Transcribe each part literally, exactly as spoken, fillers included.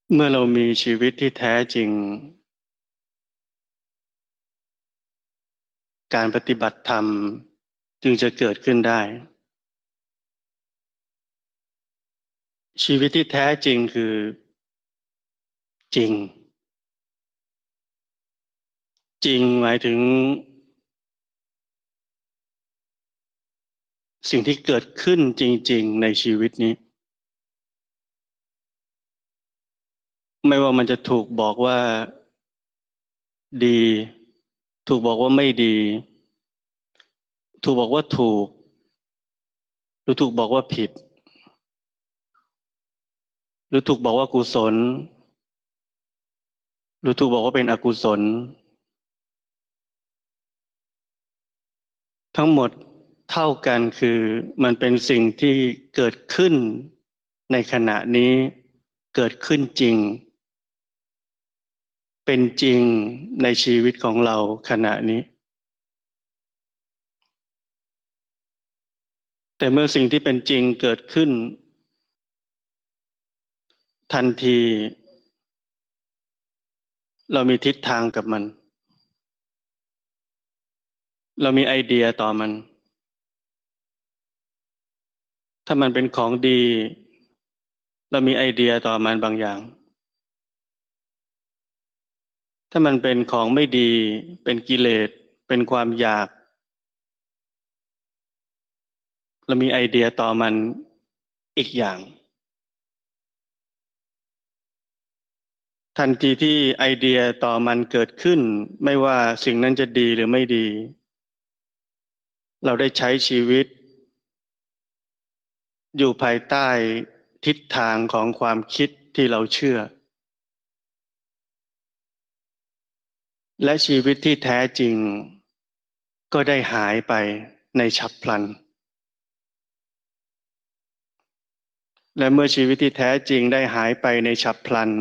เมื่อเรามีชีวิตที่แท้จริงการปฏิบัติธรรมจึงจะเกิดขึ้นได้ชีวิตที่แท้จริงคือจริงจริงหมายถึงสิ่งที่เกิดขึ้นจริงๆในชีวิตนี้ไม่ว่ามันจะถูกบอกว่าดีถูกบอกว่าไม่ดีถูกบอกว่าถูกหรือถูกบอกว่าผิดหรือถูกบอกว่ากุศลหรือถูกบอกว่าเป็นอกุศลทั้งหมดเท่ากันคือมันเป็นสิ่งที่เกิดขึ้นในขณะนี้เกิดขึ้นจริงเป็นจริงในชีวิตของเราขณะนี้แต่เมื่อสิ่งที่เป็นจริงเกิดขึ้นทันทีเรามีทิศทางกับมันเรามีไอเดียต่อมันถ้ามันเป็นของดีเรามีไอเดียต่อมันบางอย่างถ้ามันเป็นของไม่ดีเป็นกิเลสเป็นความอยากเรามีไอเดียต่อมันอีกอย่างทันทีที่ไอเดียต่อมันเกิดขึ้นไม่ว่าสิ่งนั้นจะดีหรือไม่ดีเราได้ใช้ชีวิตอยู่ภายใต้ทิศทางของความคิดที่เราเชื่อและชีวิตที่แท้จริงก็ได้หายไปในฉับพลันและเมื่อชีวิตที่แท้จริงได้หายไปในฉับพลัน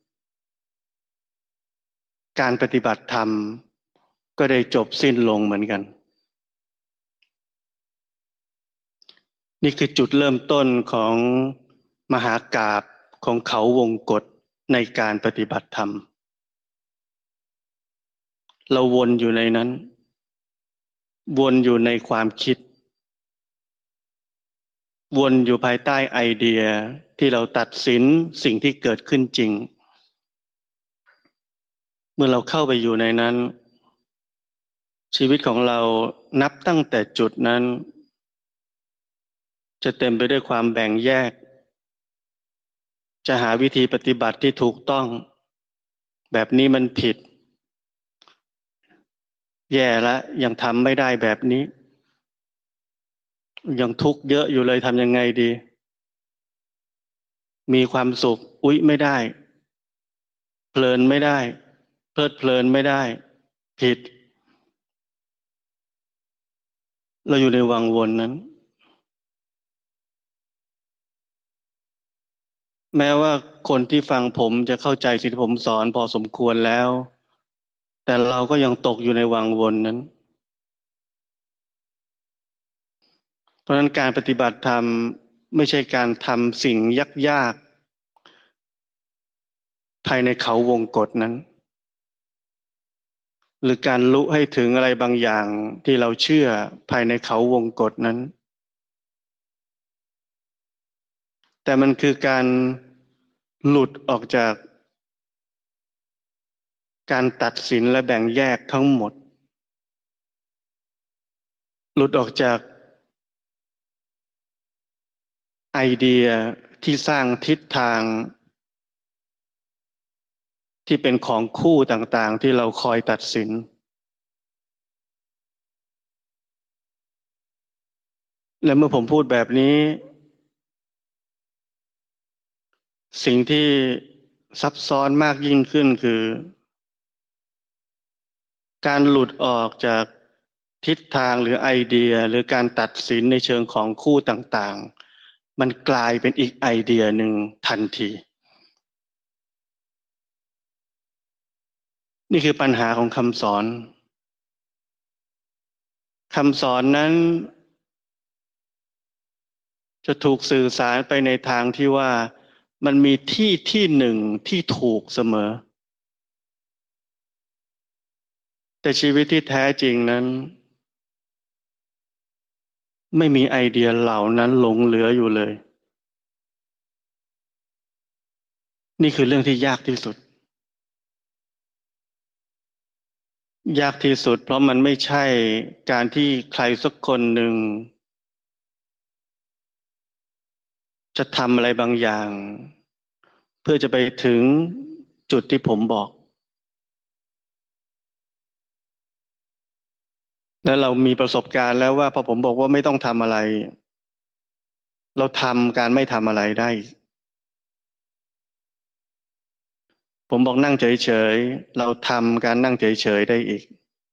การปฏิบัติธรรมก็ได้จบสิ้นลงเหมือนกันนี่คือจุดเริ่มต้นของมหากาพย์ของเขาวงกฏในการปฏิบัติธรรมเราวนอยู่ในนั้นวนอยู่ในความคิดวนอยู่ภายใต้ไอเดียที่เราตัดสินสิ่งที่เกิดขึ้นจริงเมื่อเราเข้าไปอยู่ในนั้นชีวิตของเรานับตั้งแต่จุดนั้นจะเต็มไปด้วยความแบ่งแยกจะหาวิธีปฏิบัติที่ถูกต้องแบบนี้มันผิดแย่ละยังทำไม่ได้แบบนี้ยังทุกข์เยอะอยู่เลยทำยังไงดีมีความสุขอุ๊ยไม่ได้เพลินไม่ได้เพลิดเพลินไม่ได้ผิดเราอยู่ในวังวนนั้นแม้ว่าคนที่ฟังผมจะเข้าใจสิ่งที่ผมสอนพอสมควรแล้วแต่เราก็ยังตกอยู่ในวังวนนั้นเพราะฉะนั้นการปฏิบัติธรรมไม่ใช่การทำสิ่งยากๆภายในเขาวงกฏนั้นหรือการรู้ให้ถึงอะไรบางอย่างที่เราเชื่อภายในเขาวงกฏนั้นแต่มันคือการหลุดออกจากการตัดสินและแบ่งแยกทั้งหมดหลุดออกจากไอเดียที่สร้างทิศทางที่เป็นของคู่ต่างๆที่เราคอยตัดสินและเมื่อผมพูดแบบนี้สิ่งที่ซับซ้อนมากยิ่งขึ้นคือการหลุดออกจากทิศทางหรือไอเดียหรือการตัดสินในเชิงของคู่ต่างๆมันกลายเป็นอีกไอเดียหนึ่งทันทีนี่คือปัญหาของคำสอนคำสอนนั้นจะถูกสื่อสารไปในทางที่ว่ามันมีที่ที่หนึ่งที่ถูกเสมอแต่ชีวิตที่แท้จริงนั้นไม่มีไอเดียเหล่านั้นหลงเหลืออยู่เลยนี่คือเรื่องที่ยากที่สุดยากที่สุดเพราะมันไม่ใช่การที่ใครสักคนหนึ่งจะทำอะไรบางอย่างเพื่อจะไปถึงจุดที่ผมบอกแล้วเรามีประสบการณ์แล้วว่าพอผมบอกว่าไม่ต้องทำอะไรเราทำการไม่ทำอะไรได้ผมบอกนั่งเฉยๆเราทำการนั่งเฉยๆได้อีก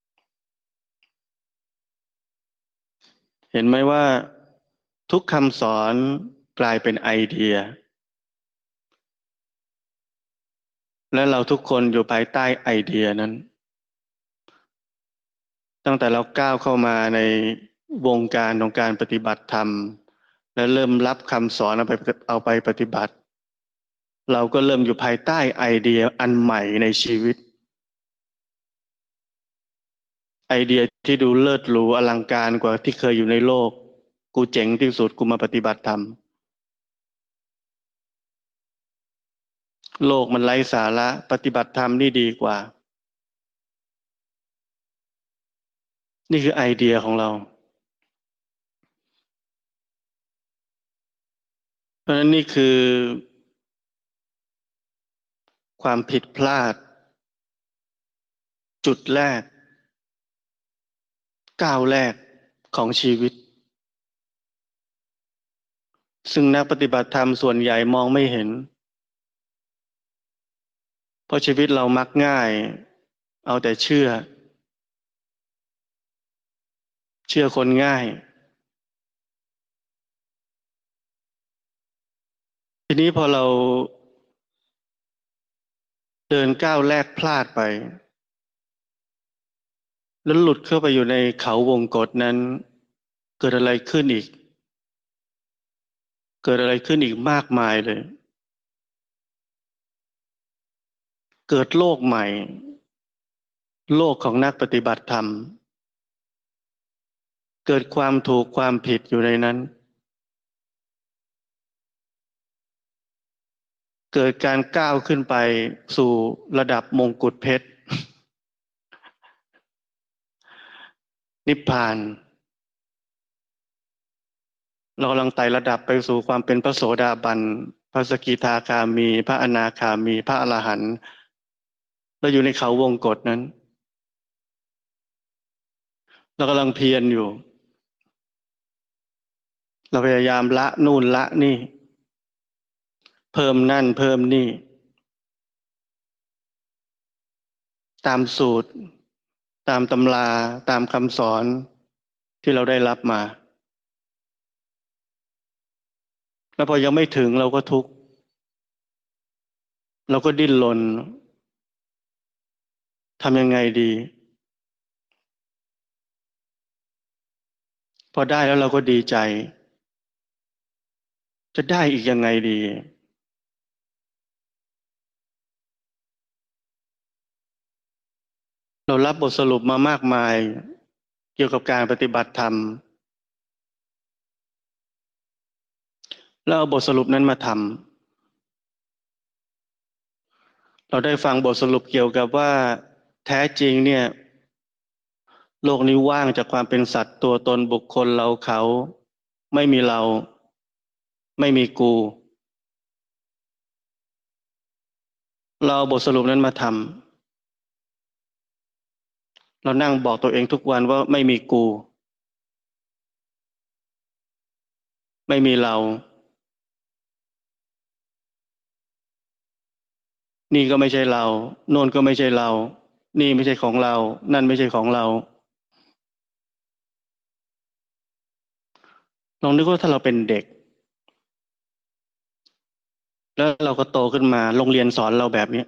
เห็นไหมว่าทุกคำสอนกลายเป็นไอเดียและเราทุกคนอยู่ภายใต้ไอเดียนั้นตั้งแต่เราก้าวเข้ามาในวงการของการปฏิบัติธรรมและเริ่มรับคำสอนเอาไปเอาไปปฏิบัติเราก็เริ่มอยู่ภายใต้ไอเดียอันใหม่ในชีวิตไอเดียที่ดูเลิศหรูอลังการกว่าที่เคยอยู่ในโลกกูเจ๋งที่สุดกูมาปฏิบัติธรรมโลกมันไร้สาระปฏิบัติธรรมนี่ดีกว่านี่คือไอเดียของเราเพราะฉะนั้นนี่คือความผิดพลาดจุดแรกก้าวแรกของชีวิตซึ่งนักปฏิบัติธรรมส่วนใหญ่มองไม่เห็นเพราะชีวิตเรามักง่ายเอาแต่เชื่อเชื่อคนง่ายทีนี้พอเราเดินก้าวแรกพลาดไปแล้วหลุดเข้าไปอยู่ในเขาวงกตนั้นเกิดอะไรขึ้นอีกเกิดอะไรขึ้นอีกมากมายเลยเกิดโลกใหม่โลกของนักปฏิบัติธรรมเกิดความถูกความผิดอยู่ในนั้นเกิดการก้าวขึ้นไปสู่ระดับมงกุฎเพชรนิพพานเรากำลังไต่ระดับไปสู่ความเป็นพระโสดาบันพระสกิทาคามีพระอนาคามีพระอรหันต์เราอยู่ในเขาวงกฏนั้นเรากำลังเพียรอยู่เราพยายามละนู่นละนี่เพิ่มนั่นเพิ่มนี่ตามสูตรตามตำราตามคำสอนที่เราได้รับมาแล้วพอยังไม่ถึงเราก็ทุกข์เราก็ดิ้นรนทำยังไงดีพอได้แล้วเราก็ดีใจจะได้อีกยังไงดีเรารับบทสรุปมามากมายเกี่ยวกับการปฏิบัติธรรมแล้วเอาบทสรุปนั้นมาทำเราได้ฟังบทสรุปเกี่ยวกับว่าแท้จริงเนี่ยโลกนี้ว่างจากความเป็นสัตว์ตัวตนบุคคลเราเขาไม่มีเราไม่มีกูเราเอาบทสรุปนั้นมาทำเรานั่งบอกตัวเองทุกวันว่าไม่มีกูไม่มีเรานี่ก็ไม่ใช่เราโน่นก็ไม่ใช่เรานี่ไม่ใช่ของเรานั่นไม่ใช่ของเราลองนึกว่าถ้าเราเป็นเด็กแล้วเราก็โตขึ้นมาโรงเรียนสอนเราแบบนี้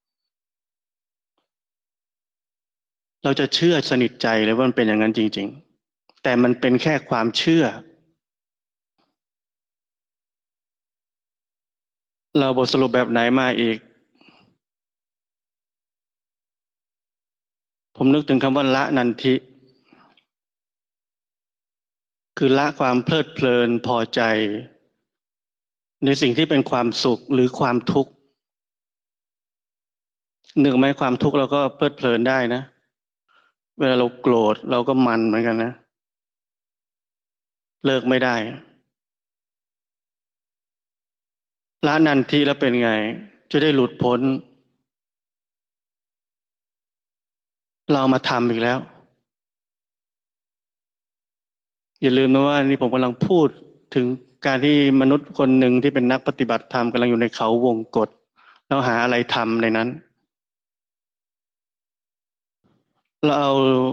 เราจะเชื่อสนิทใจเลยว่ามันเป็นอย่างนั้นจริงๆแต่มันเป็นแค่ความเชื่อเราบทสรุปแบบไหนมาอีกผมนึกถึงคำว่าละนันทิคือละความเพลิดเพลินพอใจในสิ่งที่เป็นความสุขหรือความทุกข์นึกไหมความทุกข์เราก็เพลิดเพลินได้นะเวลาเราโกรธเราก็มันเหมือนกันนะเลิกไม่ได้ละนันทิแล้วเป็นไงจะได้หลุดพ้นเรามาทำอีกแล้วอย่าลืมนะว่านี่ผมกำลังพูดถึงการที่มนุษย์คนหนึ่งที่เป็นนักปฏิบัติธรรมกำลังอยู่ในเขาวงกฏแล้วหาอะไรทำในนั้นเราเอา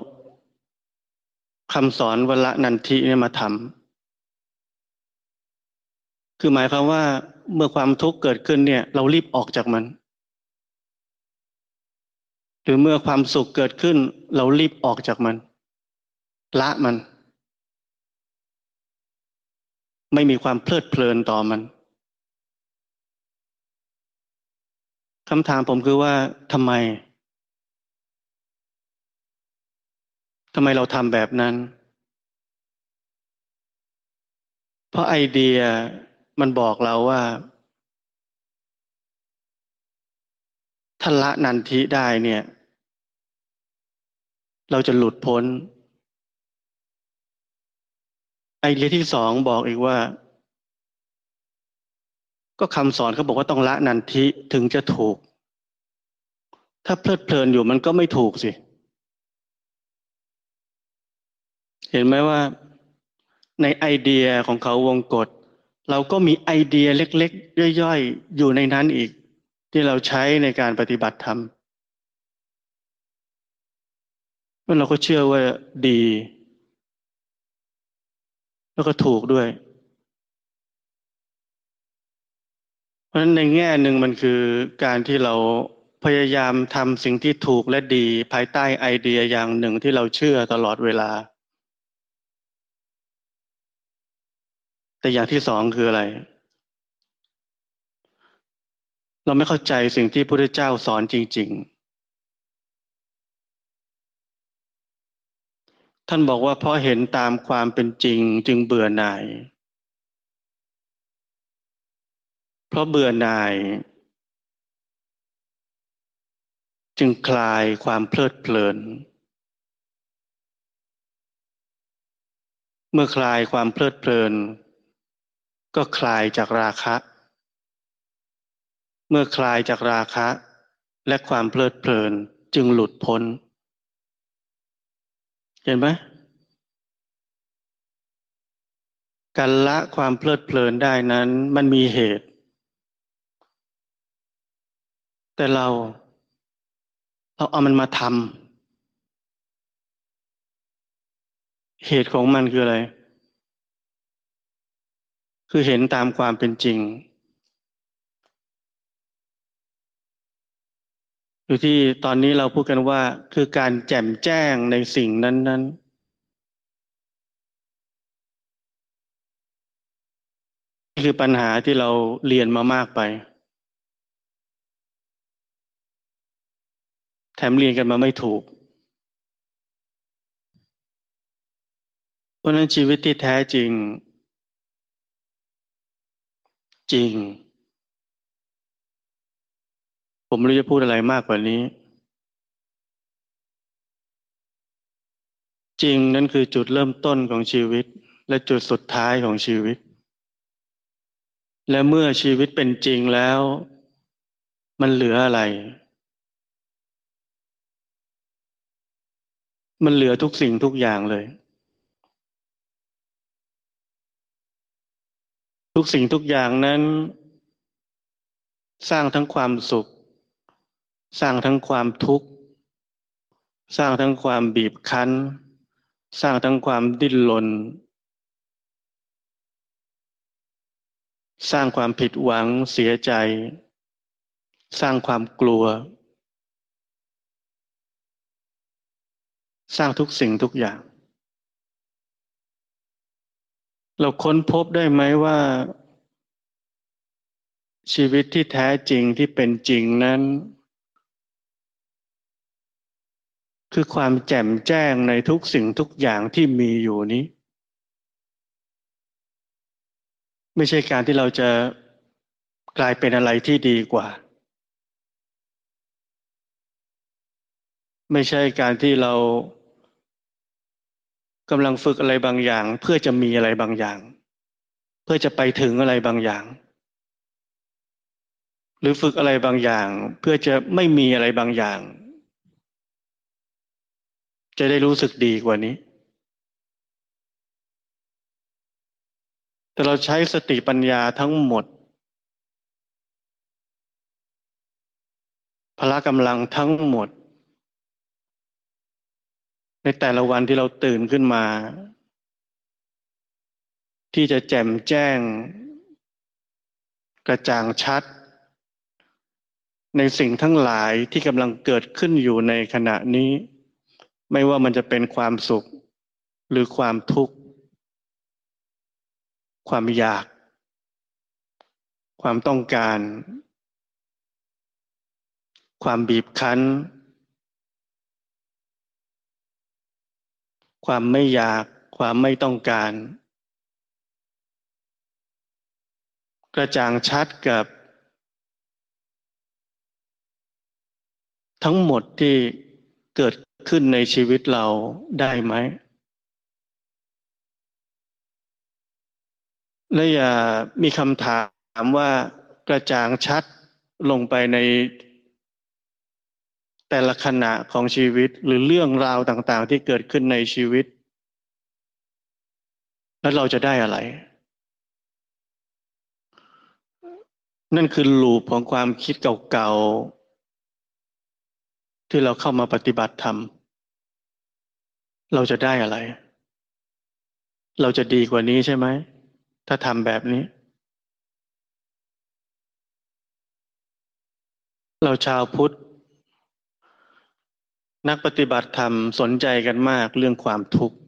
คำสอนวละนันทิเนี่ยมาทำคือหมายความว่าเมื่อความทุกข์เกิดขึ้นเนี่ยเรารีบออกจากมันหรือเมื่อความสุขเกิดขึ้นเรารีบออกจากมันละมันไม่มีความเพลิดเพลินต่อมันคำถามผมคือว่าทำไมทำไมเราทำแบบนั้นเพราะไอเดียมันบอกเราว่าถ้าละนันทิได้เนี่ยเราจะหลุดพ้นไอเดียที่สองบอกอีกว่าก็คำสอนเขาบอกว่าต้องละนันทิถึงจะถูกถ้าเพลิดเพลินอยู่มันก็ไม่ถูกสิเห็นไหมว่าในไอเดียของเขาวงกฏเราก็มีไอเดียเล็กๆย่อยๆอยู่ในนั้นอีกที่เราใช้ในการปฏิบัติธรรมแล้วเราก็เชื่อว่าดีแล้วก็ถูกด้วยเพราะฉะนั้นในแง่หนึ่งมันคือการที่เราพยายามทำสิ่งที่ถูกและดีภายใต้ไอเดียอย่างหนึ่งที่เราเชื่อตลอดเวลาแต่อย่างที่สองคืออะไรเราไม่เข้าใจสิ่งที่พระพุทธเจ้าสอนจริงๆท่านบอกว่าเพราะเห็นตามความเป็นจริงจึงเบื่อหน่ายเพราะเบื่อหน่ายจึงคลายความเพลิดเพลินเมื่อคลายความเพลิดเพลินก็คลายจากราคะเมื่อคลายจากราคะและความเพลิดเพลินจึงหลุดพ้นเห็นไหมการละความเพลิดเพลินได้นั้นมันมีเหตุแต่เราเราเอามันมาทำเหตุของมันคืออะไรคือเห็นตามความเป็นจริงหรือที่ตอนนี้เราพูดกันว่าคือการแจ่มแจ้งในสิ่งนั้นๆนี่คือปัญหาที่เราเรียนมามากไปแถมเรียนกันมาไม่ถูกเพราะฉะนั้นชีวิตที่แท้จริงจริงผมไม่รู้จะพูดอะไรมากกว่านี้จริงนั่นคือจุดเริ่มต้นของชีวิตและจุดสุดท้ายของชีวิตและเมื่อชีวิตเป็นจริงแล้วมันเหลืออะไรมันเหลือทุกสิ่งทุกอย่างเลยทุกสิ่งทุกอย่างนั้นสร้างทั้งความสุขสร้างทั้งความทุกข์สร้างทั้งความบีบคั้นสร้างทั้งความดิ้นรนสร้างความผิดหวังเสียใจสร้างความกลัวสร้างทุกสิ่งทุกอย่างเราค้นพบได้ไหมว่าชีวิตที่แท้จริงที่เป็นจริงนั้นคือความแจ่มแจ้งในทุกสิ่งทุกอย่างที่มีอยู่นี้ไม่ใช่การที่เราจะกลายเป็นอะไรที่ดีกว่าไม่ใช่การที่เรากำลังฝึกอะไรบางอย่างเพื่อจะมีอะไรบางอย่างเพื่อจะไปถึงอะไรบางอย่างหรือฝึกอะไรบางอย่างเพื่อจะไม่มีอะไรบางอย่างจะได้รู้สึกดีกว่านี้แต่เราใช้สติปัญญาทั้งหมดพละกำลังทั้งหมดในแต่ละวันที่เราตื่นขึ้นมาที่จะแจ่มแจ้งกระจ่างชัดในสิ่งทั้งหลายที่กำลังเกิดขึ้นอยู่ในขณะนี้ไม่ว่ามันจะเป็นความสุขหรือความทุกข์ความอยากความต้องการความบีบคั้นความไม่อยากความไม่ต้องการกระจ่างชัดกับทั้งหมดที่เกิดขึ้นในชีวิตเราได้ไหมและอย่ามีคำถามว่ากระจ่างชัดลงไปในแต่ละขณะของชีวิตหรือเรื่องราวต่างๆที่เกิดขึ้นในชีวิตแล้วเราจะได้อะไรนั่นคือลูปของความคิดเก่าๆที่เราเข้ามาปฏิบัติธรรมเราจะได้อะไรเราจะดีกว่านี้ใช่ไหมถ้าทำแบบนี้เราชาวพุทธนักปฏิบัติธรรมสนใจกันมากเรื่องความทุกข์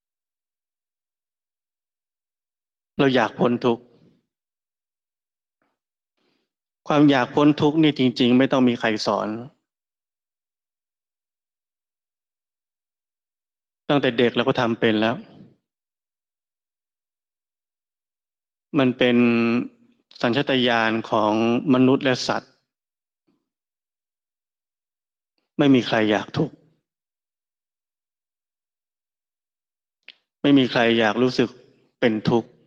เราอยากพ้นทุกข์ความอยากพ้นทุกข์นี่จริงๆไม่ต้องมีใครสอนตั้งแต่เด็กเราก็ทำเป็นแล้วมันเป็นสัญชาตญาณของมนุษย์และสัตว์ไม่มีใครอยากทุกข์ไม่มีใครอยากรู้สึกเป็นทุกข์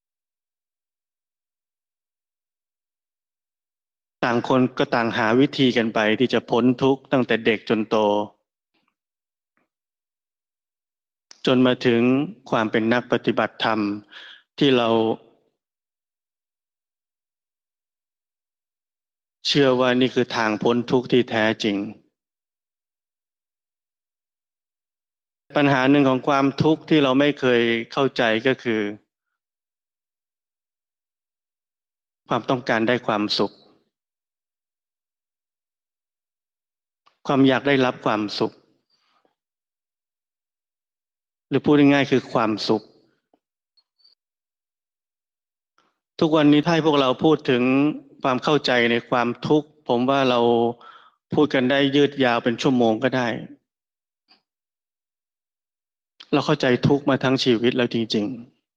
ต่างคนก็ต่างหาวิธีกันไปที่จะพ้นทุกข์ตั้งแต่เด็กจนโตจนมาถึงความเป็นนักปฏิบัติธรรมที่เราเชื่อว่านี่คือทางพ้นทุกข์ที่แท้จริงปัญหาหนึ่งของความทุกข์ที่เราไม่เคยเข้าใจก็คือความต้องการได้ความสุขความอยากได้รับความสุขหรือพูดง่ายๆคือความสุขทุกวันนี้ถ้าให้พวกเราพูดถึงความเข้าใจในความทุกข์ผมว่าเราพูดกันได้ยืดยาวเป็นชั่วโมงก็ได้เราเข้าใจทุกข์มาทั้งชีวิตแล้วจริง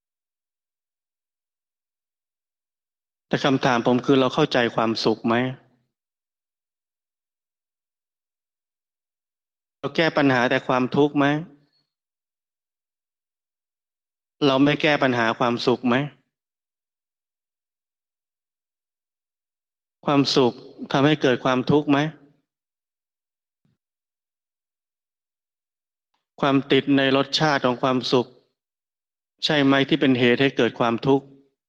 ๆแต่คำถามผมคือเราเข้าใจความสุขไหมเราแก้ปัญหาแต่ความทุกข์ไหมเราไม่แก้ปัญหาความสุขไหมความสุขทำให้เกิดความทุกข์ไหมความติดในรสชาติของความสุขใช่ไหมที่เป็นเหตุให้เกิดความทุกข์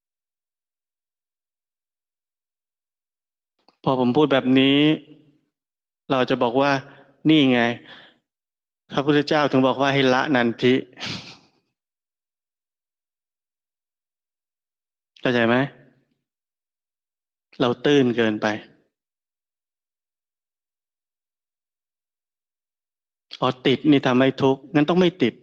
พอผมพูดแบบนี้เราจะบอกว่านี่ไงพระพุทธเจ้าถึงบอกว่าให้ละนันทิเข้าใจไหมเราตื้นเกินไปอ๋อติดนี่ทำให้ทุกข์งั้นต้องไม่ติด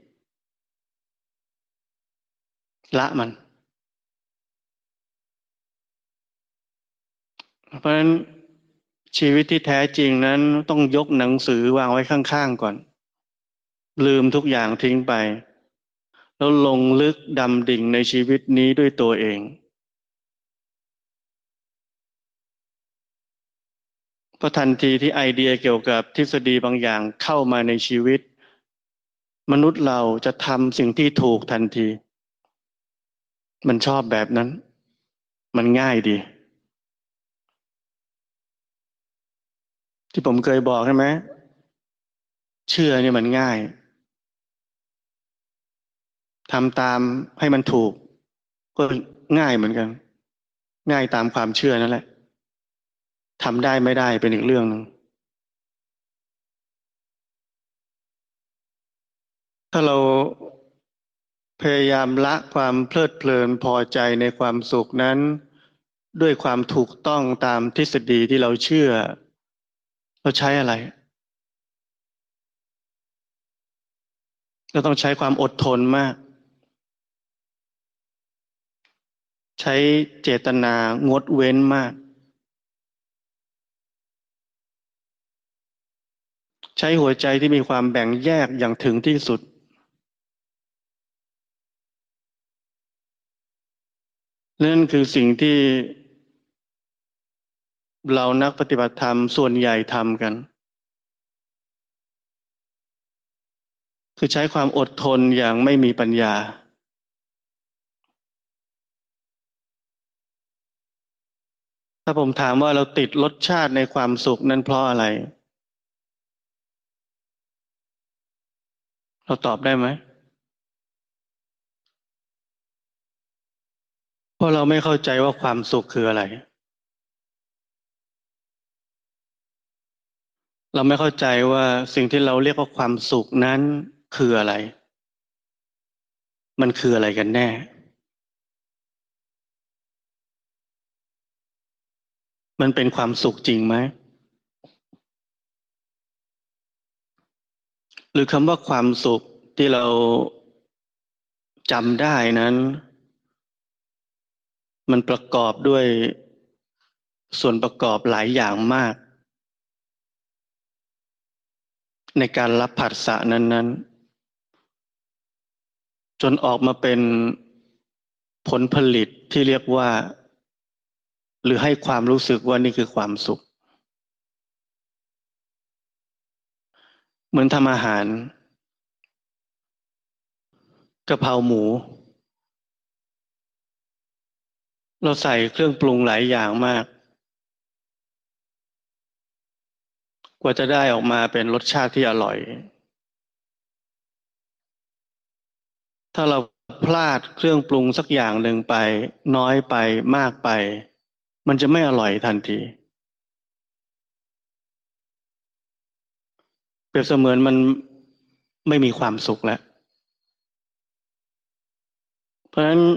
ละมันเพราะฉะนั้นชีวิตที่แท้จริงนั้นต้องยกหนังสือวางไว้ข้างๆก่อนลืมทุกอย่างทิ้งไปแล้วลงลึกดำดิ่งในชีวิตนี้ด้วยตัวเองเพราะทันทีที่ไอเดียเกี่ยวกับทฤษฎีบางอย่างเข้ามาในชีวิตมนุษย์เราจะทำสิ่งที่ถูกทันทีมันชอบแบบนั้นมันง่ายดีที่ผมเคยบอกใช่ไหมเชื่อเนี่ยมันง่ายทำตามให้มันถูกก็ง่ายเหมือนกันง่ายตามความเชื่อนั่นแหละทำได้ไม่ได้เป็นอีกเรื่องหนึ่งถ้าเราพยายามละความเพลิดเพลินพอใจในความสุขนั้นด้วยความถูกต้องตามทฤษฎีที่เราเชื่อเราใช้อะไรเราต้องใช้ความอดทนมากใช้เจตนางดเว้นมากใช้หัวใจที่มีความแบ่งแยกอย่างถึงที่สุดนั่นคือสิ่งที่เรานักปฏิบัติธรรมส่วนใหญ่ทำกันคือใช้ความอดทนอย่างไม่มีปัญญาถ้าผมถามว่าเราติดรสชาติในความสุขนั้นเพราะอะไรเราตอบได้ไหมเพราะเราไม่เข้าใจว่าความสุขคืออะไรเราไม่เข้าใจว่าสิ่งที่เราเรียกว่าความสุขนั้นคืออะไรมันคืออะไรกันแน่มันเป็นความสุขจริงไหมหรือคำว่าความสุขที่เราจำได้นั้นมันประกอบด้วยส่วนประกอบหลายอย่างมากในการรับผัสสะนั้นๆจนออกมาเป็นผลผลิตที่เรียกว่าหรือให้ความรู้สึกว่านี่คือความสุขเหมือนทำอาหารกะเพราหมูเราใส่เครื่องปรุงหลายอย่างมากกว่าจะได้ออกมาเป็นรสชาติที่อร่อยถ้าเราพลาดเครื่องปรุงสักอย่างหนึ่งไปน้อยไปมากไปมันจะไม่อร่อยทันทีเปรียบเสมือนมันไม่มีความสุขแล้วเพราะฉะนั้น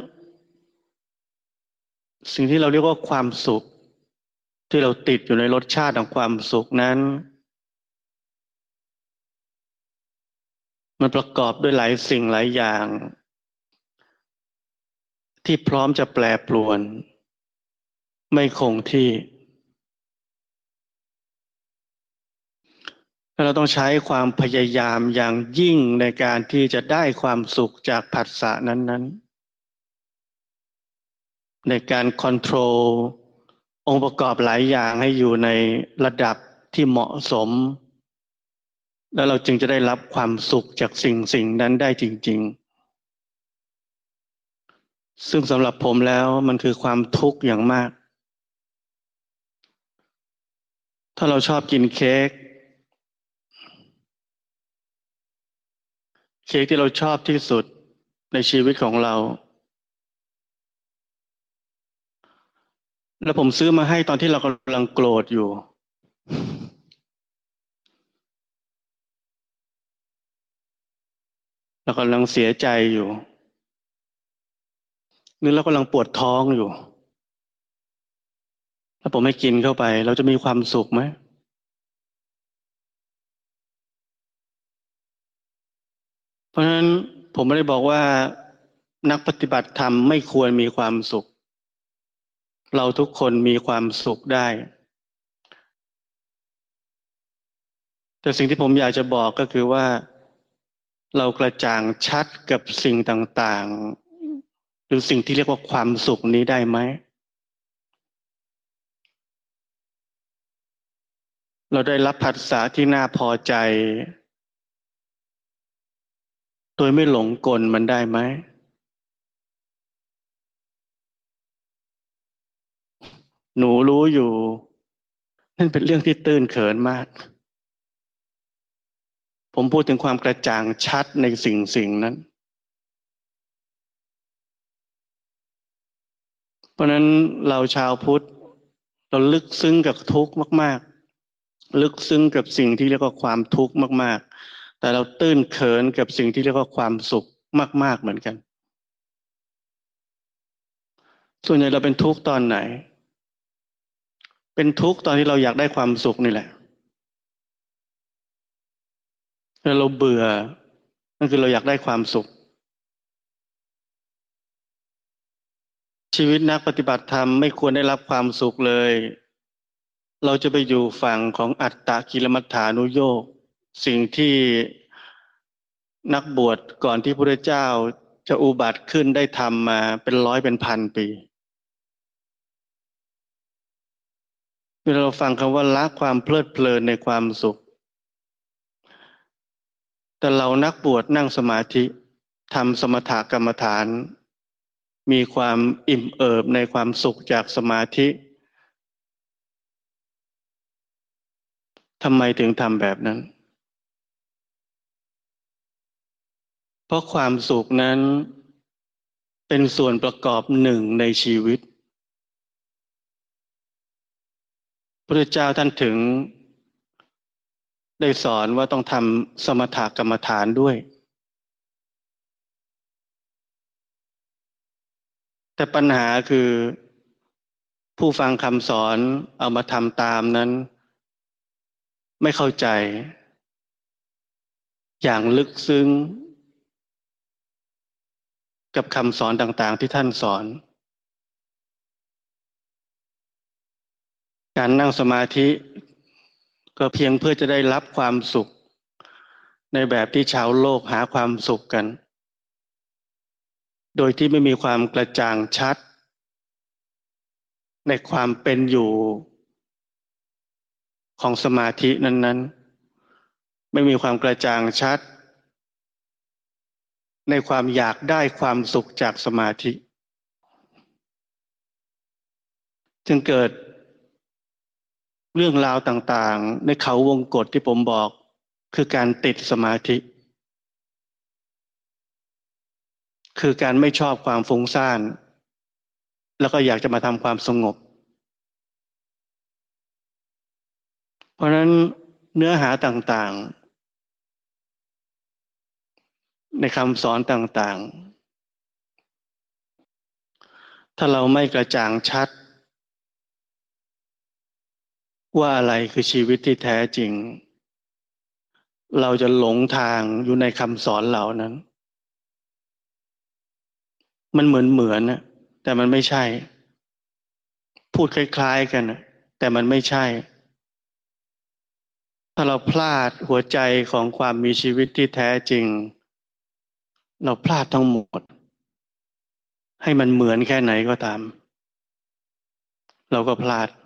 สิ่งที่เราเรียกว่าความสุขที่เราติดอยู่ในรสชาติของความสุขนั้นมันประกอบด้วยหลายสิ่งหลายอย่างที่พร้อมจะแปรปรวนไม่คงที่และเราต้องใช้ความพยายามอย่างยิ่งในการที่จะได้ความสุขจากผัสสะนั้นๆในการคอนโทรลองค์ประกอบหลายอย่างให้อยู่ในระดับที่เหมาะสมแล้วเราจึงจะได้รับความสุขจากสิ่งสิ่งนั้นได้จริงๆซึ่งสำหรับผมแล้วมันคือความทุกข์อย่างมากถ้าเราชอบกินเค้กเค้กที่เราชอบที่สุดในชีวิตของเราแล้วผมซื้อมาให้ตอนที่เรากำลังโกรธอยู่เรากำลังเสียใจอยู่หรือเรากำลังปวดท้องอยู่ถ้าผมไม่กินเข้าไปเราจะมีความสุขไหมเพราะฉะนั้นผมไม่ได้บอกว่านักปฏิบัติธรรมไม่ควรมีความสุขเราทุกคนมีความสุขได้แต่สิ่งที่ผมอยากจะบอกก็คือว่าเรากระจ่างชัดกับสิ่งต่างๆหรือสิ่งที่เรียกว่าความสุขนี้ได้ไหมเราได้รับผัสสะที่น่าพอใจโดยไม่หลงกลมันได้ไหมหนูรู้อยู่นั่นเป็นเรื่องที่ตื้นเขินมากผมพูดถึงความกระจ่างชัดในสิ่งสิ่งนั้นเพราะนั้นเราชาวพุทธเราลึกซึ้งกับทุกข์มากๆลึกซึ้งกับสิ่งที่เรียกว่าความทุกข์มากๆแต่เราตื้นเขินกับสิ่งที่เรียกว่าความสุขมากๆเหมือนกันส่วนใหญ่เราเป็นทุกข์ตอนไหนเป็นทุกข์ตอนที่เราอยากได้ความสุขนี่แหละแล้วเราเบื่อนั่นคือเราอยากได้ความสุขชีวิตนักปฏิบัติธรรมไม่ควรได้รับความสุขเลยเราจะไปอยู่ฝั่งของอัตตกิลมัฏฐานุโยคสิ่งที่นักบวชก่อนที่พระพุทธเจ้าจะอุบัติขึ้นได้ทำมาเป็นร้อยเป็นพันปีเวลาเราฟังคำว่าละความเพลิดเพลินในความสุขแต่เรานักบวชนั่งสมาธิทำสมถกรรมฐานมีความอิ่มเอิบในความสุขจากสมาธิทำไมถึงทำแบบนั้นเพราะความสุขนั้นเป็นส่วนประกอบหนึ่งในชีวิตพระพุทธเจ้าท่านถึงได้สอนว่าต้องทำสมถกรรมฐานด้วยแต่ปัญหาคือผู้ฟังคำสอนเอามาทำตามนั้นไม่เข้าใจอย่างลึกซึ้งกับคำสอนต่างๆที่ท่านสอนการนั่งสมาธิก็เพียงเพื่อจะได้รับความสุขในแบบที่ชาวโลกหาความสุขกันโดยที่ไม่มีความกระจ่างชัดในความเป็นอยู่ของสมาธินั้นๆไม่มีความกระจ่างชัดในความอยากได้ความสุขจากสมาธิจึงเกิดเรื่องราวต่างๆในเขาวงกตที่ผมบอกคือการติดสมาธิคือการไม่ชอบความฟุ้งซ่านแล้วก็อยากจะมาทำความสงบเพราะฉะนั้นเนื้อหาต่างๆในคำสอนต่างๆถ้าเราไม่กระจ่างชัดว่าอะไรคือชีวิตที่แท้จริงเราจะหลงทางอยู่ในคำสอนเหล่านั้นมันเหมือนเหมือนนะแต่มันไม่ใช่พูดคล้ายๆกันนะแต่มันไม่ใช่ถ้าเราพลาดหัวใจของความมีชีวิตที่แท้จริงเราพลาดทั้งหมดให้มันเหมือนแค่ไหนก็ตามเราก็พลาด